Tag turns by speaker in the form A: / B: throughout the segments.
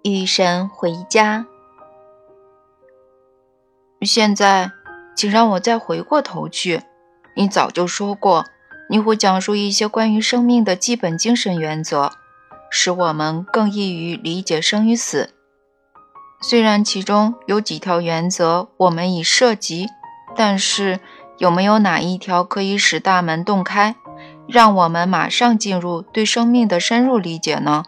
A: 与神回家。
B: 现在，请让我再回过头去。你早就说过，你会讲述一些关于生命的基本精神原则，使我们更易于理解生与死。虽然其中有几条原则我们已涉及，但是有没有哪一条可以使大门洞开，让我们马上进入对生命的深入理解呢？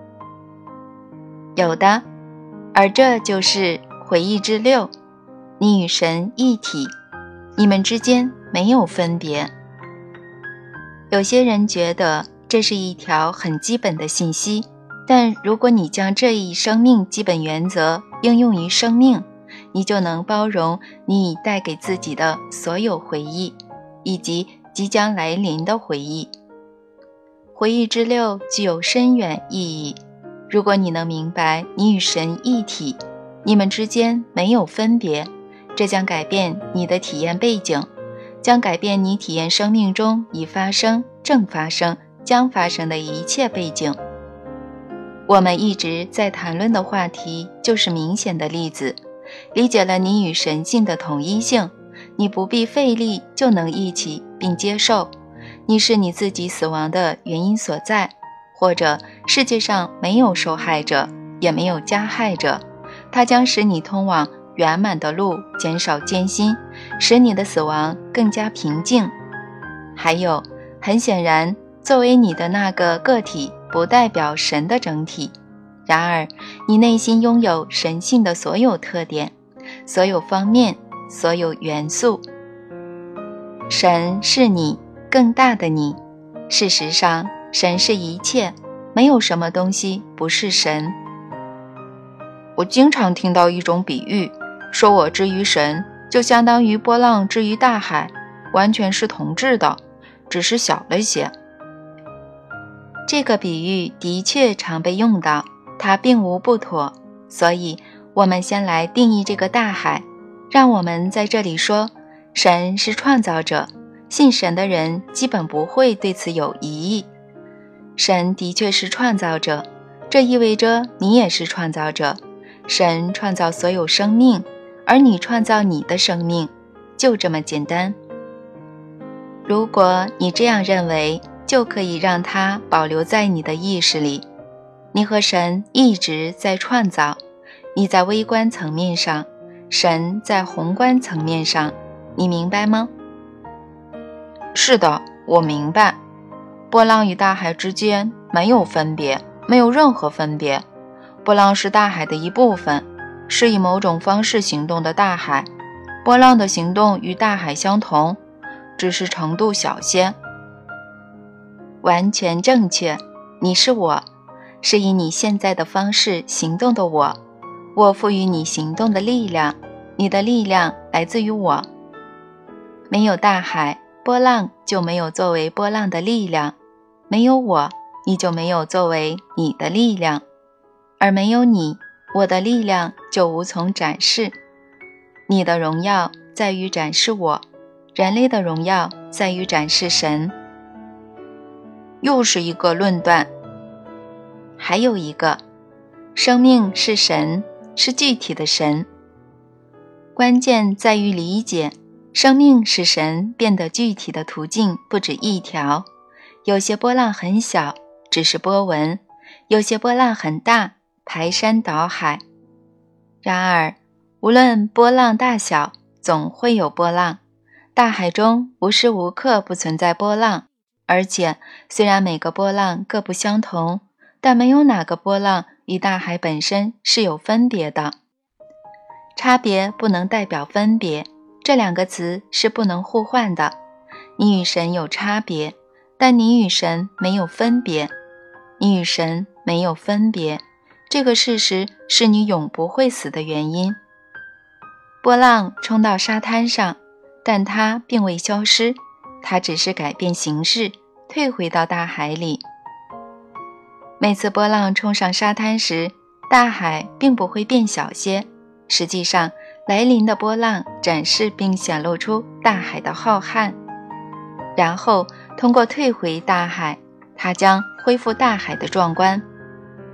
A: 有的，而这就是回忆之六，你与神一体，你们之间没有分别。有些人觉得这是一条很基本的信息，但如果你将这一生命基本原则应用于生命，你就能包容你已带给自己的所有回忆，以及即将来临的回忆。回忆之六具有深远意义。如果你能明白你与神一体，你们之间没有分别，这将改变你的体验背景，将改变你体验生命中已发生、正发生、将发生的一切背景。我们一直在谈论的话题就是明显的例子，理解了你与神性的统一性，你不必费力就能一起并接受，你是你自己死亡的原因所在，或者世界上没有受害者，也没有加害者，它将使你通往圆满的路减少艰辛，使你的死亡更加平静。还有，很显然，作为你的那个个体不代表神的整体，然而你内心拥有神性的所有特点、所有方面、所有元素。神是你，更大的你。事实上，神是一切，没有什么东西不是神。
B: 我经常听到一种比喻，说我之于神，就相当于波浪之于大海，完全是同质的，只是小了些。
A: 这个比喻的确常被用到，它并无不妥，所以我们先来定义这个大海。让我们在这里说，神是创造者，信神的人基本不会对此有疑义。神的确是创造者，这意味着你也是创造者。神创造所有生命，而你创造你的生命，就这么简单。如果你这样认为，就可以让它保留在你的意识里。你和神一直在创造，你在微观层面上，神在宏观层面上，你明白吗？
B: 是的，我明白。波浪与大海之间没有分别，没有任何分别。波浪是大海的一部分，是以某种方式行动的大海。波浪的行动与大海相同，只是程度小些。
A: 完全正确，你是我，是以你现在的方式行动的我。我赋予你行动的力量，你的力量来自于我。没有大海，波浪就没有作为波浪的力量，没有我，你就没有作为你的力量，而没有你，我的力量就无从展示。你的荣耀在于展示我，人类的荣耀在于展示神。
B: 又是一个论断。
A: 还有一个，生命是神，是具体的神。关键在于理解，生命是神变得具体的途径不止一条。有些波浪很小，只是波纹；有些波浪很大，排山倒海。然而，无论波浪大小，总会有波浪。大海中无时无刻不存在波浪，而且虽然每个波浪各不相同，但没有哪个波浪与大海本身是有分别的。差别不能代表分别，这两个词是不能互换的。你与神有差别，但你与神没有分别。你与神没有分别，这个事实是你永不会死的原因。波浪冲到沙滩上，但它并未消失，它只是改变形式，退回到大海里。每次波浪冲上沙滩时，大海并不会变小些，实际上来临的波浪展示并显露出大海的浩瀚，然后通过退回大海，它将恢复大海的壮观。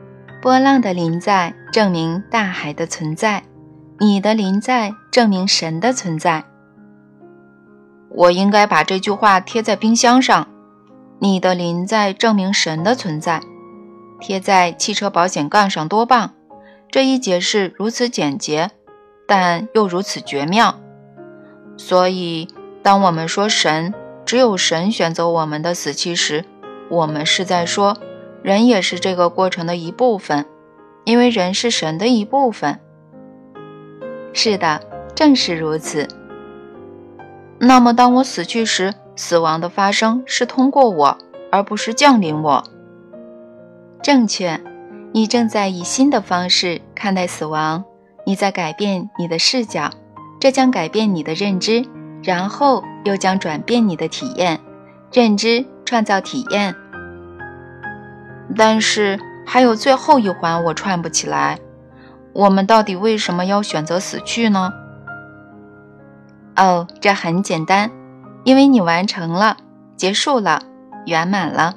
A: 波浪的临在证明大海的存在，你的临在证明神的存在。
B: 我应该把这句话贴在冰箱上。
A: 你的临在证明神的存在，贴在汽车保险杠上多棒！这一解释如此简洁，但又如此绝妙。所以，当我们说只有神选择我们的死期时，我们是在说，人也是这个过程的一部分，因为人是神的一部分。是的，正是如此。那么当我死去时，死亡的发生是通过我，而不是降临我。正确，你正在以新的方式看待死亡，你在改变你的视角，这将改变你的认知，然后又将转变你的体验。认知创造体验。但是还有最后一环我串不起来，我们到底为什么要选择死去呢？哦，这很简单，因为你完成了，结束了，圆满了。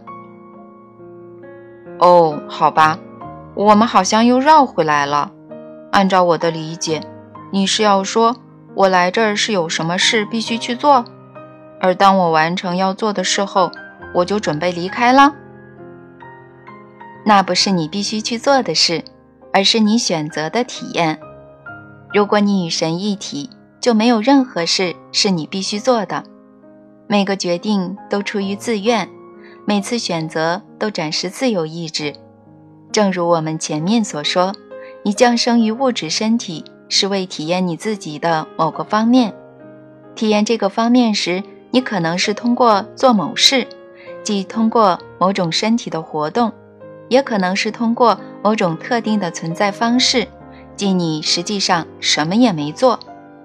B: 哦，好吧，我们好像又绕回来了。按照我的理解，你是要说我来这儿是有什么事必须去做，而当我完成要做的事后，我就准备离开了。
A: 那不是你必须去做的事，而是你选择的体验。如果你与神一体，就没有任何事是你必须做的。每个决定都出于自愿，每次选择都展示自由意志。正如我们前面所说，你降生于物质身体，是为体验你自己的某个方面。体验这个方面时，你可能是通过做某事，即通过某种身体的活动，也可能是通过某种特定的存在方式，即你实际上什么也没做。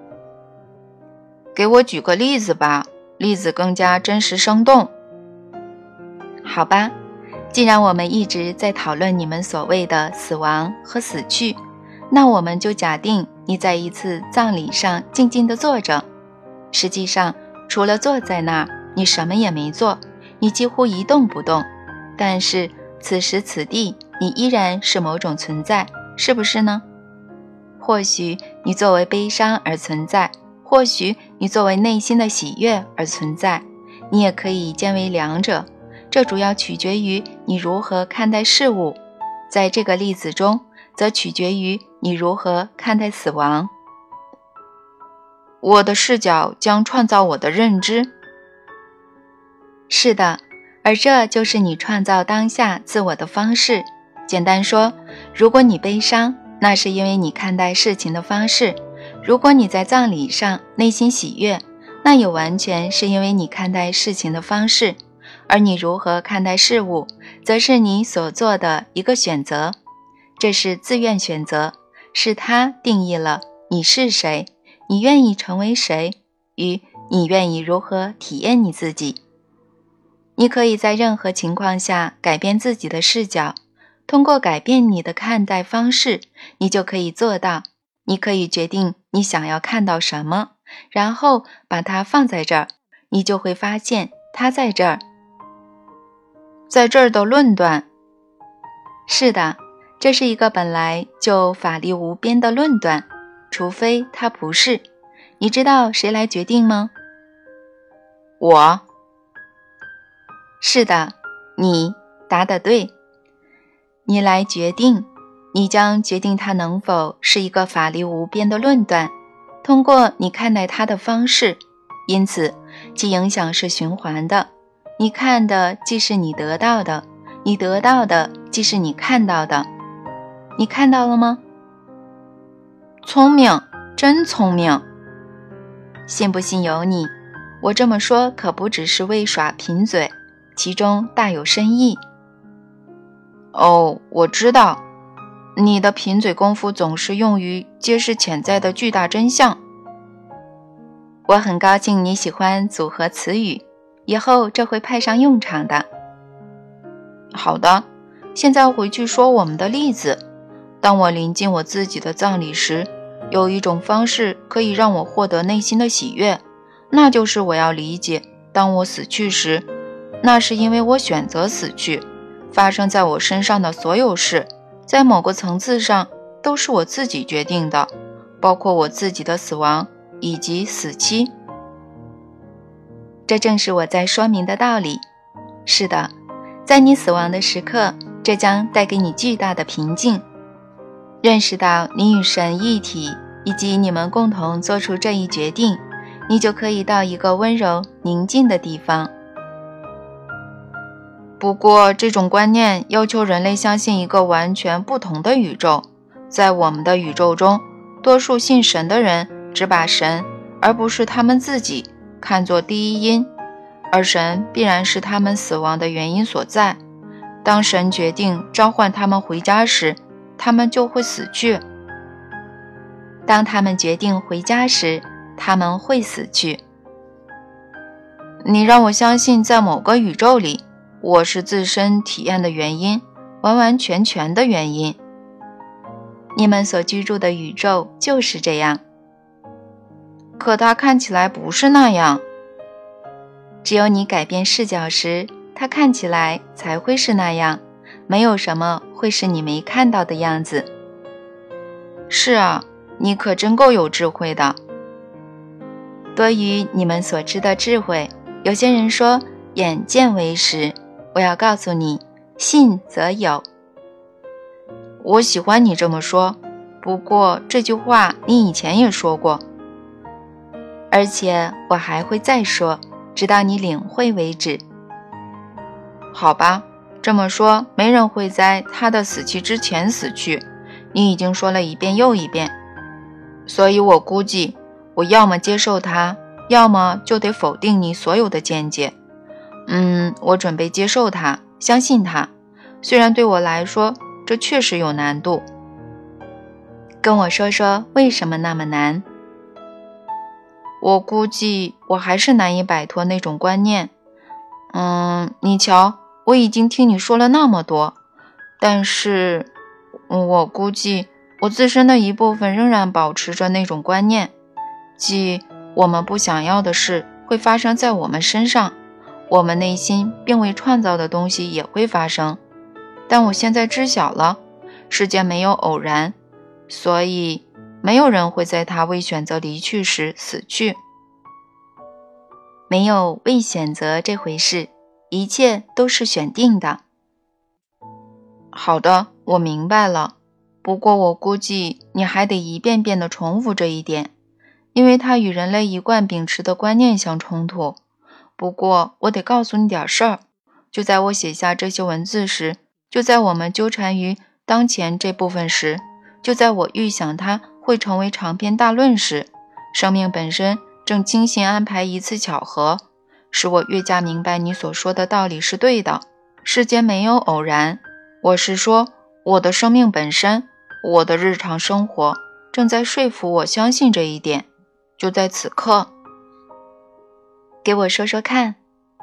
B: 给我举个例子吧，例子更加真实生动。
A: 好吧，既然我们一直在讨论你们所谓的死亡和死去，那我们就假定你在一次葬礼上静静地坐着。实际上，除了坐在那儿，你什么也没做，你几乎一动不动。但是此时此地，你依然是某种存在，是不是呢？或许你作为悲伤而存在，或许你作为内心的喜悦而存在，你也可以兼为两者，这主要取决于你如何看待事物。在这个例子中，则取决于你如何看待死亡。
B: 我的视角将创造我的认知。
A: 是的，而这就是你创造当下自我的方式。简单说，如果你悲伤，那是因为你看待事情的方式；如果你在葬礼上内心喜悦，那也完全是因为你看待事情的方式。而你如何看待事物，则是你所做的一个选择。这是自愿选择，是它定义了你是谁，你愿意成为谁，与你愿意如何体验你自己。你可以在任何情况下改变自己的视角，通过改变你的看待方式，你就可以做到。你可以决定你想要看到什么，然后把它放在这儿，你就会发现它在这儿。
B: 在这儿的论断。
A: 是的，这是一个本来就法力无边的论断，除非它不是。你知道谁来决定吗？
B: 我。
A: 是的，你答得对。你来决定，你将决定它能否是一个法力无边的论断，通过你看待它的方式。因此，其影响是循环的。你看的既是你得到的，你得到的既是你看到的。你看到了吗？
B: 聪明，真聪明。
A: 信不信由你，我这么说可不只是为耍贫嘴，其中大有深意。
B: 哦，我知道，你的贫嘴功夫总是用于揭示潜在的巨大真相。
A: 我很高兴你喜欢组合词语，以后这会派上用场的。
B: 好的，现在回去说我们的例子。当我临近我自己的葬礼时，有一种方式可以让我获得内心的喜悦，那就是我要理解，当我死去时，那是因为我选择死去，发生在我身上的所有事， 在某个层次上都是我自己决定的，包括我自己的死亡以及死期。
A: 这正是我在说明的道理。是的，在你死亡的时刻，这将带给你巨大的平静。认识到你与神一体，以及你们共同做出这一决定，你就可以到一个温柔宁静的地方。
B: 不过，这种观念要求人类相信一个完全不同的宇宙。在我们的宇宙中，多数信神的人只把神，而不是他们自己，看作第一因，而神必然是他们死亡的原因所在。当神决定召唤他们回家时，他们就会死去。
A: 当他们决定回家时，他们会死去。
B: 你让我相信，在某个宇宙里，我是自身体验的原因，完完全全的原因。
A: 你们所居住的宇宙就是这样。
B: 可它看起来不是那样。
A: 只有你改变视角时，它看起来才会是那样。没有什么会是你没看到的样子。
B: 是啊，你可真够有智慧的。
A: 多于你们所知的智慧，有些人说眼见为实，我要告诉你，信则有。
B: 我喜欢你这么说，不过这句话你以前也说过，
A: 而且我还会再说，直到你领会为止。
B: 好吧，这么说，没人会在他的死期之前死去，你已经说了一遍又一遍，所以我估计我要么接受它，要么就得否定你所有的见解。我准备接受它，相信它，虽然对我来说这确实有难度。
A: 跟我说说为什么那么难？
B: 我估计我还是难以摆脱那种观念。你瞧，我已经听你说了那么多，但是我估计我自身的一部分仍然保持着那种观念，即我们不想要的事会发生在我们身上，我们内心并未创造的东西也会发生。但我现在知晓了，世间没有偶然，所以没有人会在他未选择离去时死去。
A: 没有未选择这回事，一切都是选定的。
B: 好的，我明白了。不过我估计你还得一遍遍地重复这一点，因为它与人类一贯秉持的观念相冲突。不过我得告诉你点事儿，就在我写下这些文字时，就在我们纠缠于当前这部分时，就在我预想它会成为长篇大论时，生命本身正精心安排一次巧合，使我越加明白你所说的道理是对的。世间没有偶然，我是说，我的生命本身，我的日常生活正在说服我相信这一点。就在此刻。
A: 给我说说看。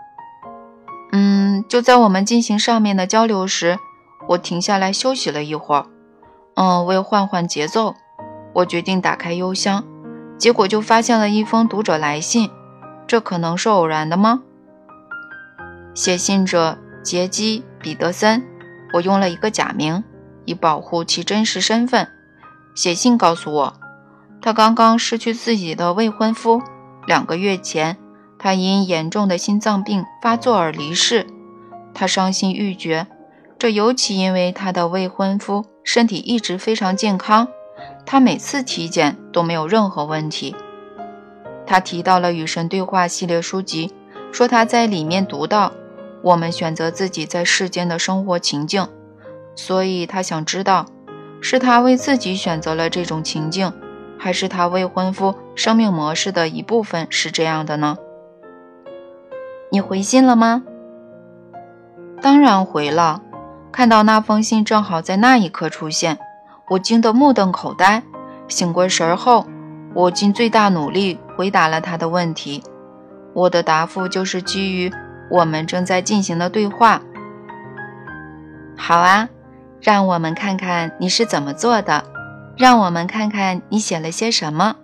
B: 就在我们进行上面的交流时，我停下来休息了一会儿。为换换节奏，我决定打开邮箱，结果就发现了一封读者来信。这可能是偶然的吗？写信者杰基·彼得森，我用了一个假名，以保护其真实身份。写信告诉我，他刚刚失去自己的未婚夫，2个月前，他因严重的心脏病发作而离世。他伤心欲绝，这尤其因为他的未婚夫身体一直非常健康，他每次体检都没有任何问题。他提到了与神对话系列书籍，说他在里面读到我们选择自己在世间的生活情境，所以他想知道，是他为自己选择了这种情境，还是他未婚夫生命模式的一部分是这样的呢？
A: 你回信了吗？
B: 当然回了，看到那封信正好在那一刻出现，我惊得目瞪口呆。醒过神后，我尽最大努力回答了他的问题。我的答复就是基于我们正在进行的对话。
A: 好啊，让我们看看你是怎么做的，让我们看看你写了些什么。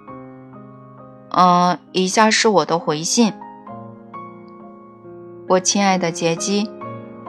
B: 以下是我的回信。我亲爱的杰基，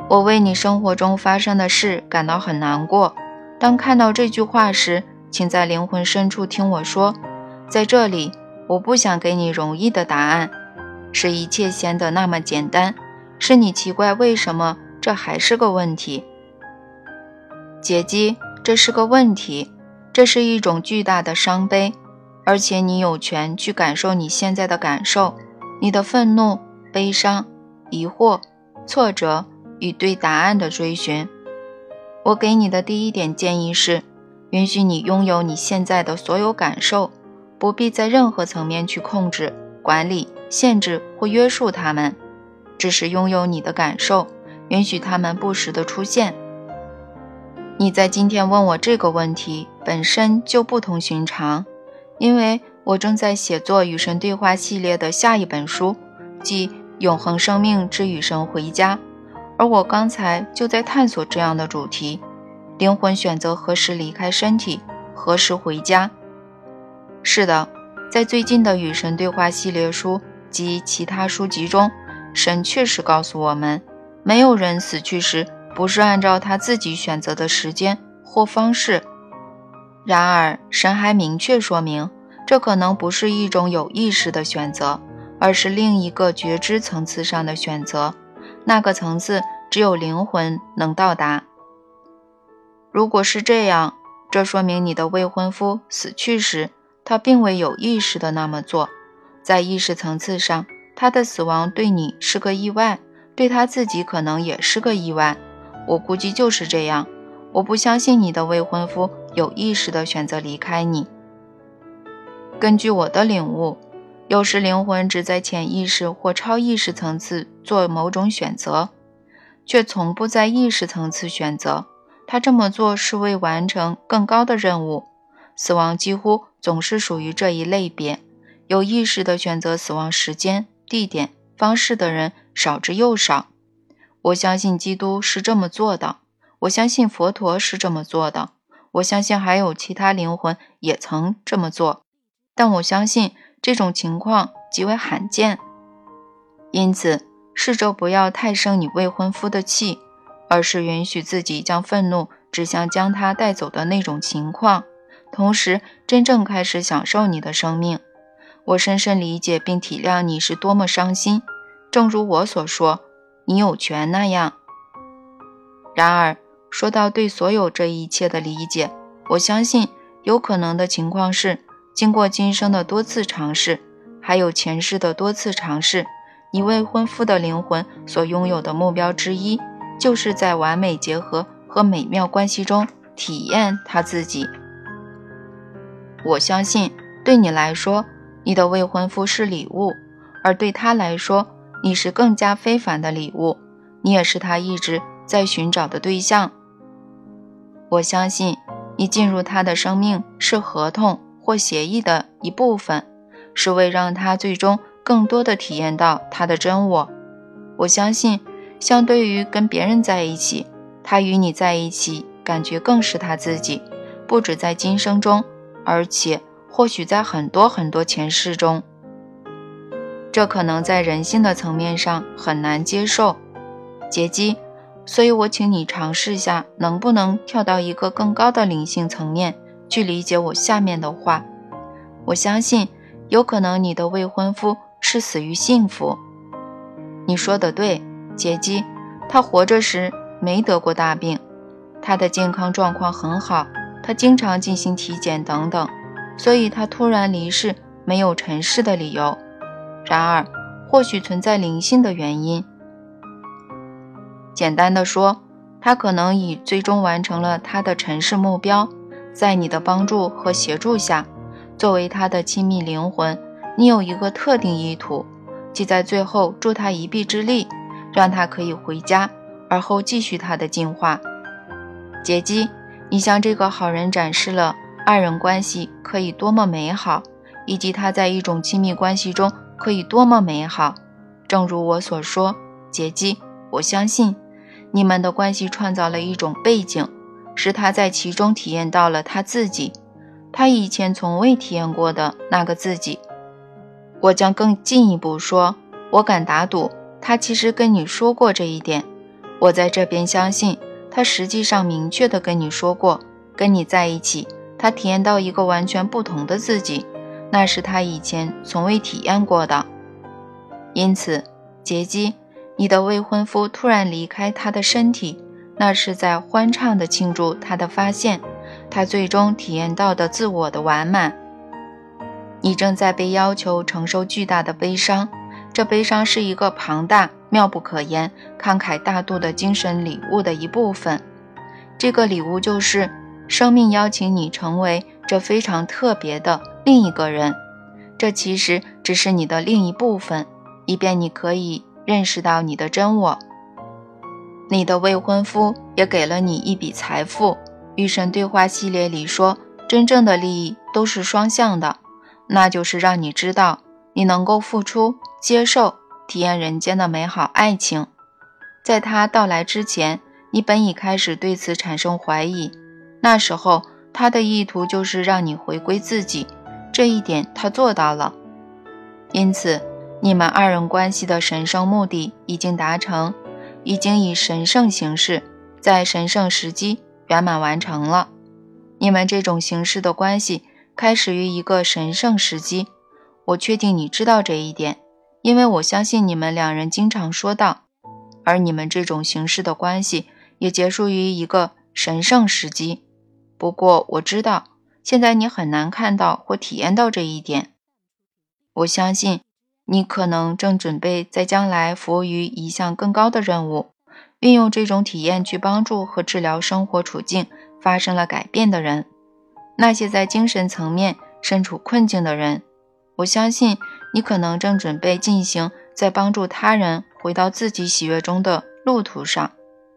B: 我为你生活中发生的事感到很难过。当看到这句话时，请在灵魂深处听我说，在这里，我不想给你容易的答案，使一切显得那么简单，使你奇怪为什么这还是个问题。杰基，这是个问题，这是一种巨大的伤悲，而且你有权去感受你现在的感受，你的愤怒、悲伤、疑惑、挫折与对答案的追寻。我给你的第一点建议是，允许你拥有你现在的所有感受，不必在任何层面去控制、管理、限制或约束它们，只是拥有你的感受，允许它们不时地出现。你在今天问我这个问题本身就不同寻常，因为我正在写作与神对话系列的下一本书，即永恒生命之与神回家，而我刚才就在探索这样的主题，灵魂选择何时离开身体，何时回家。是的，在最近的与神对话系列书及其他书籍中，神确实告诉我们，没有人死去时不是按照他自己选择的时间或方式。然而，神还明确说明，这可能不是一种有意识的选择，而是另一个觉知层次上的选择，那个层次只有灵魂能到达。如果是这样，这说明你的未婚夫死去时，他并未有意识地那么做。在意识层次上，他的死亡对你是个意外，对他自己可能也是个意外。我估计就是这样。我不相信你的未婚夫有意识地选择离开你。根据我的领悟，有时灵魂只在潜意识或超意识层次做某种选择，却从不在意识层次选择。他这么做是为完成更高的任务。死亡几乎总是属于这一类别。有意识地选择死亡时间、地点、方式的人少之又少。我相信基督是这么做的，我相信佛陀是这么做的，我相信还有其他灵魂也曾这么做，但我相信这种情况极为罕见。因此，试着不要太生你未婚夫的气，而是允许自己将愤怒指向将他带走的那种情况，同时真正开始享受你的生命。我深深理解并体谅你是多么伤心，正如我所说，你有权那样。然而，说到对所有这一切的理解，我相信有可能的情况是，经过今生的多次尝试，还有前世的多次尝试，你未婚夫的灵魂所拥有的目标之一，就是在完美结合和美妙关系中体验他自己。我相信，对你来说，你的未婚夫是礼物，而对他来说，你是更加非凡的礼物，你也是他一直在寻找的对象。我相信，你进入他的生命是合同或协议的一部分，是为让他最终更多地体验到他的真我。我相信，相对于跟别人在一起，他与你在一起感觉更是他自己，不止在今生中，而且或许在很多很多前世中。这可能在人性的层面上很难接受，杰基，所以我请你尝试下能不能跳到一个更高的灵性层面去理解我下面的话。我相信有可能你的未婚夫是死于幸福。你说得对，杰基，他活着时没得过大病，他的健康状况很好，他经常进行体检等等，所以他突然离世没有尘世的理由。然而，或许存在灵性的原因。简单的说，他可能已最终完成了他的尘世目标，在你的帮助和协助下，作为他的亲密灵魂，你有一个特定意图，即在最后助他一臂之力，让他可以回家，而后继续他的进化。杰基，你向这个好人展示了二人关系可以多么美好，以及他在一种亲密关系中可以多么美好。正如我所说，杰基，我相信你们的关系创造了一种背景，使他在其中体验到了他自己，他以前从未体验过的那个自己。我将更进一步说，我敢打赌，他其实跟你说过这一点， 我在这边相信，他实际上明确地跟你说过，跟你在一起，他体验到一个完全不同的自己，那是他以前从未体验过的。因此，杰基，你的未婚夫突然离开他的身体，那是在欢畅地庆祝他的发现，他最终体验到的自我的完满。你正在被要求承受巨大的悲伤，这悲伤是一个庞大、妙不可言、慷慨大度的精神礼物的一部分。这个礼物就是生命邀请你成为这非常特别的另一个人，这其实只是你的另一部分，以便你可以认识到你的真我。你的未婚夫也给了你一笔财富。与神对话系列里说，真正的利益都是双向的，那就是让你知道你能够付出、接受、体验人间的美好爱情。在他到来之前，你本已开始对此产生怀疑，那时候他的意图就是让你回归自己，这一点他做到了。因此，你们二人关系的神圣目的已经达成，已经以神圣形式，在神圣时机圆满完成了。你们这种形式的关系开始于一个神圣时机，我确定你知道这一点，因为我相信你们两人经常说道，而你们这种形式的关系也结束于一个神圣时机。不过我知道，现在你很难看到或体验到这一点。我相信你可能正准备在将来服务于一项更高的任务，运用这种体验去帮助和治疗生活处境发生了改变的人，那些在精神层面身处困境的人。我相信你可能正准备进行在帮助他人回到自己喜悦中的路途上。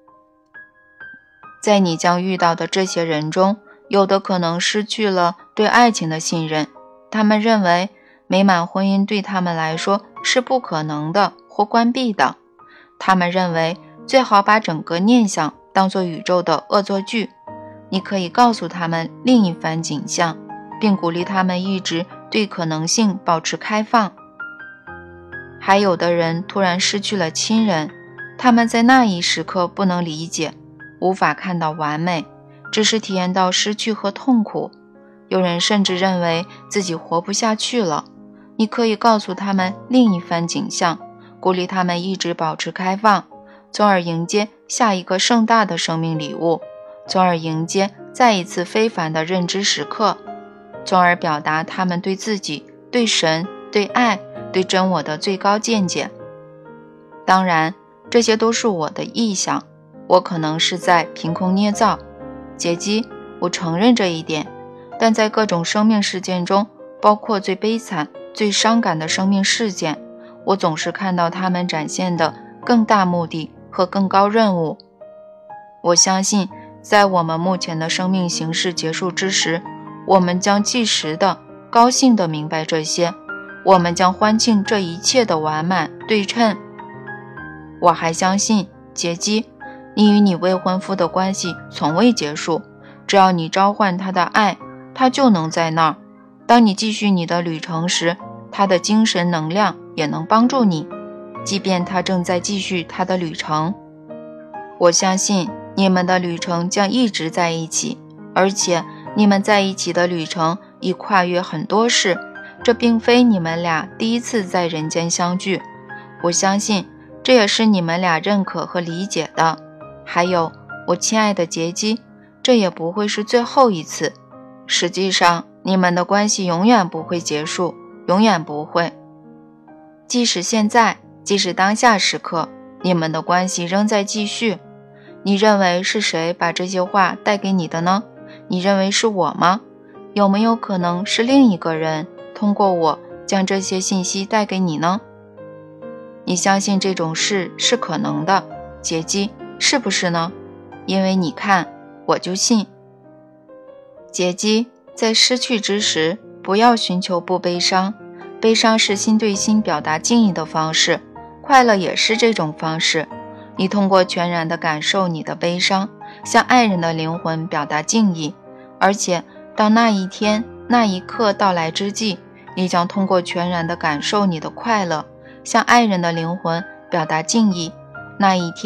B: 在你将遇到的这些人中，有的可能失去了对爱情的信任，他们认为美满婚姻对他们来说是不可能的或关闭的。他们认为最好把整个念想当作宇宙的恶作剧。你可以告诉他们另一番景象，并鼓励他们一直对可能性保持开放。还有的人突然失去了亲人，他们在那一时刻不能理解，无法看到完美，只是体验到失去和痛苦。有人甚至认为自己活不下去了。你可以告诉他们另一番景象，鼓励他们一直保持开放，从而迎接下一个盛大的生命礼物，从而迎接再一次非凡的认知时刻，从而表达他们对自己、对神、对爱、对真我的最高见解。当然，这些都是我的臆想，我可能是在凭空捏造。杰基，我承认这一点，但在各种生命事件中，包括最悲惨、最伤感的生命事件，我总是看到他们展现的更大目的和更高任务。我相信，在我们目前的生命形式结束之时，我们将即时的、高兴地明白这些，我们将欢庆这一切的完满对称。我还相信，杰基，你与你未婚夫的关系从未结束，只要你召唤他的爱，他就能在那儿。当你继续你的旅程时，他的精神能量也能帮助你，即便他正在继续他的旅程。我相信你们的旅程将一直在一起，而且你们在一起的旅程已跨越很多世，这并非你们俩第一次在人间相聚。我相信这也是你们俩认可和理解的。还有，我亲爱的杰基，这也不会是最后一次。实际上，你们的关系永远不会结束，永远不会。即使现在，即使当下时刻，你们的关系仍在继续。你认为是谁把这些话带给你的呢？你认为是我吗？有没有可能是另一个人通过我将这些信息带给你呢？你相信这种事是可能的，杰基，是不是呢？因为你看，我就信。杰基，在失去之时，不要寻求不悲伤。悲伤是心对心表达敬意的方式，快乐也是这种方式。你通过全然地感受你的悲伤，向爱人的灵魂表达敬意，而且当那一天、那一刻到来之际，你将通过全然地感受你的快乐，向爱人的灵魂表达敬意。那一天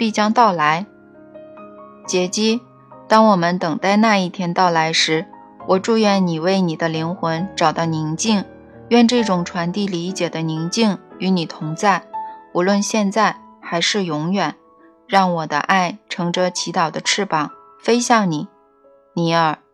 B: 必将到来。杰基，当我们等待那一天到来时，我祝愿你为你的灵魂找到宁静，愿这种传递理解的宁静与你同在，无论现在还是永远。让我的爱乘着祈祷的翅膀飞向你，尼尔。